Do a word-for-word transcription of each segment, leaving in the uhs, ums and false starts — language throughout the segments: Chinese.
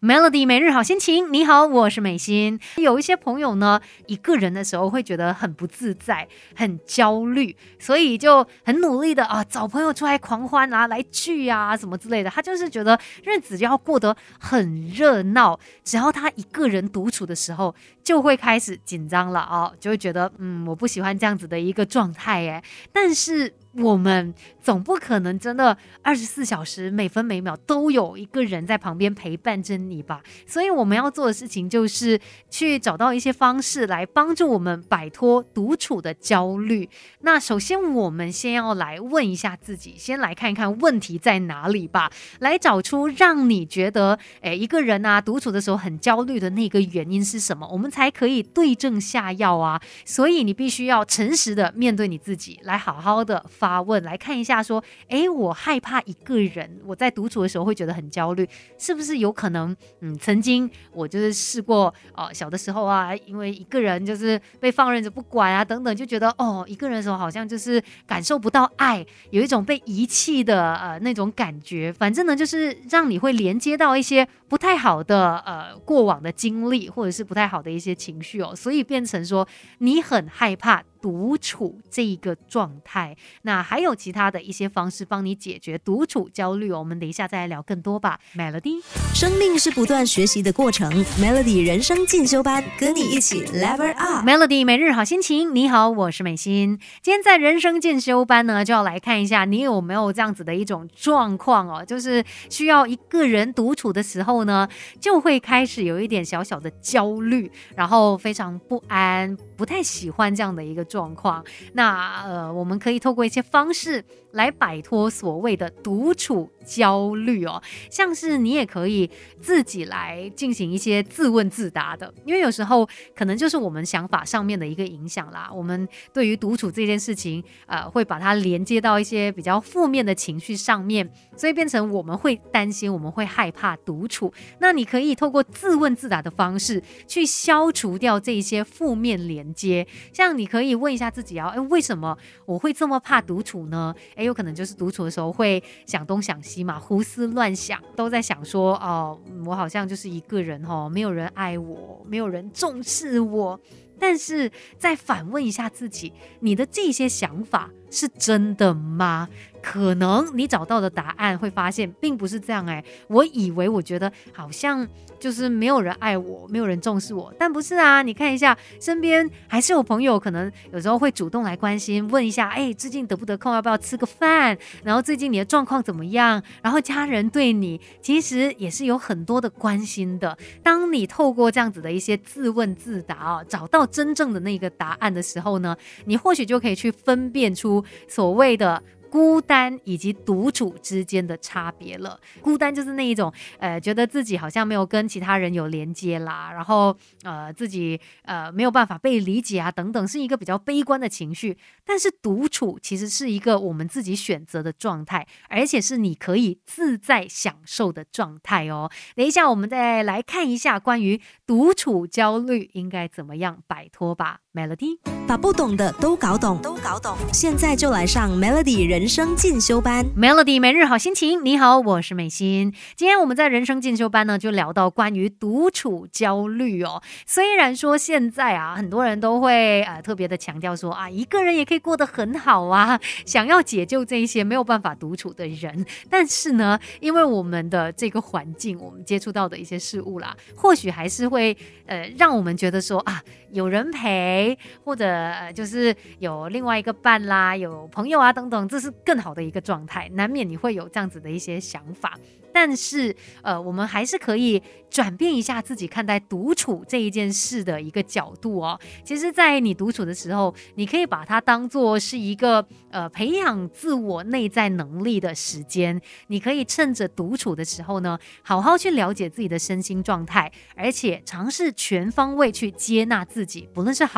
Melody 每日好心情，你好，我是美心。有一些朋友呢，一个人的时候会觉得很不自在，很焦虑，所以就很努力的啊，找朋友出来狂欢啊，来聚啊什么之类的。他就是觉得日子要过得很热闹，只要他一个人独处的时候，就会开始紧张了啊，就会觉得嗯，我不喜欢这样子的一个状态耶。但是我们总不可能真的二十四小时每分每秒都有一个人在旁边陪伴着你吧，所以我们要做的事情就是去找到一些方式来帮助我们摆脱独处的焦虑。那首先我们先要来问一下自己，先来看一看问题在哪里吧，来找出让你觉得诶一个人啊独处的时候很焦虑的那个原因是什么，我们才可以对症下药啊。所以你必须要诚实的面对你自己，来好好的发问，来看一下说，诶，我害怕一个人，我在独处的时候会觉得很焦虑，是不是有可能，嗯，曾经我就是试过，呃，小的时候啊，因为一个人就是被放任着不管啊，等等，就觉得哦，一个人的时候好像就是感受不到爱，有一种被遗弃的呃那种感觉。反正呢，就是让你会连接到一些不太好的呃过往的经历，或者是不太好的一些情绪哦，所以变成说你很害怕独处这一个状态。那还有其他的一些方式帮你解决独处焦虑哦，我们等一下再来聊更多吧。 Melody 生命是不断学习的过程， Melody 人生进修班，跟你一起 Level Up。 Melody 每日好心情，你好，我是美心。今天在人生进修班呢，就要来看一下你有没有这样子的一种状况哦，就是需要一个人独处的时候呢，就会开始有一点小小的焦虑，然后非常不安，不太喜欢这样的一个状况。那呃，我们可以透过一些方式来摆脱所谓的独处焦虑哦，像是你也可以自己来进行一些自问自答的，因为有时候可能就是我们想法上面的一个影响啦，我们对于独处这件事情呃，会把它连接到一些比较负面的情绪上面，所以变成我们会担心，我们会害怕独处。那你可以透过自问自答的方式去消除掉这一些负面连接，像你可以问一下自己啊，诶，为什么我会这么怕独处呢？诶，有可能就是独处的时候会想东想西嘛，胡思乱想，都在想说哦，我好像就是一个人哦，没有人爱我，没有人重视我。但是再反问一下自己，你的这些想法是真的吗？可能你找到的答案会发现并不是这样。哎，我以为我觉得好像就是没有人爱我，没有人重视我，但不是啊。你看一下身边还是有朋友，可能有时候会主动来关心，问一下，哎，最近得不得空，要不要吃个饭，然后最近你的状况怎么样，然后家人对你其实也是有很多的关心的。当你透过这样子的一些自问自答哦，找到真正的那个答案的时候呢，你或许就可以去分辨出所谓的孤单以及独处之间的差别了。孤单就是那一种呃，觉得自己好像没有跟其他人有连接啦，然后呃自己呃没有办法被理解啊等等，是一个比较悲观的情绪。但是独处其实是一个我们自己选择的状态，而且是你可以自在享受的状态哦。等一下我们再来看一下关于独处焦虑应该怎么样摆脱吧。 Melody 把不懂的都搞懂，都搞懂。现在就来上 Melody 人生进修班。 Melody 每日好心情，你好，我是美心。今天我们在人生进修班呢，就聊到关于独处焦虑哦。虽然说现在啊，很多人都会呃特别的强调说啊，一个人也可以过得很好啊，想要解救这一些没有办法独处的人，但是呢，因为我们的这个环境，我们接触到的一些事物啦，或许还是会呃让我们觉得说啊，有人陪，或者、呃、就是有另外一个伴啦，有朋友啊等等，这是更好的一个状态，难免你会有这样子的一些想法。但是呃，我们还是可以转变一下自己看待独处这一件事的一个角度哦。其实在你独处的时候，你可以把它当作是一个呃培养自我内在能力的时间。你可以趁着独处的时候呢，好好去了解自己的身心状态，而且尝试全方位去接纳自己，不论是好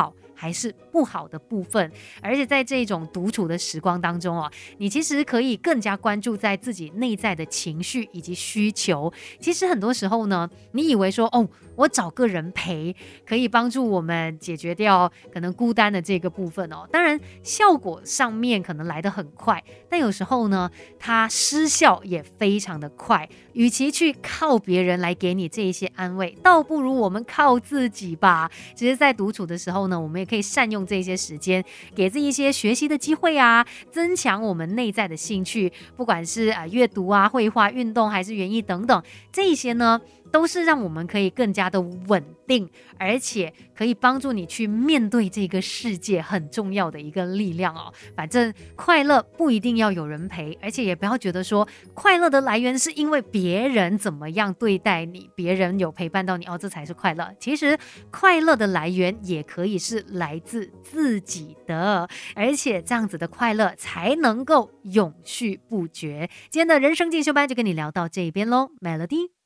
还是不好的部分。而且在这种独处的时光当中哦，你其实可以更加关注在自己内在的情绪以及需求。其实很多时候呢，你以为说哦，我找个人陪可以帮助我们解决掉可能孤单的这个部分哦，当然效果上面可能来得很快，但有时候呢，它失效也非常的快。与其去靠别人来给你这一些安慰，倒不如我们靠自己吧。其实在独处的时候呢，我们也可以善用这些时间，给自己一些学习的机会啊，增强我们内在的兴趣，不管是啊、呃、阅读啊、绘画、运动还是园艺等等，这一些呢都是让我们可以更加的稳定，而且可以帮助你去面对这个世界很重要的一个力量哦。反正快乐不一定要有人陪，而且也不要觉得说快乐的来源是因为别人怎么样对待你，别人有陪伴到你哦，这才是快乐。其实快乐的来源也可以是来自自己的，而且这样子的快乐才能够永续不绝。今天的人生进修班就跟你聊到这边咯 Melody。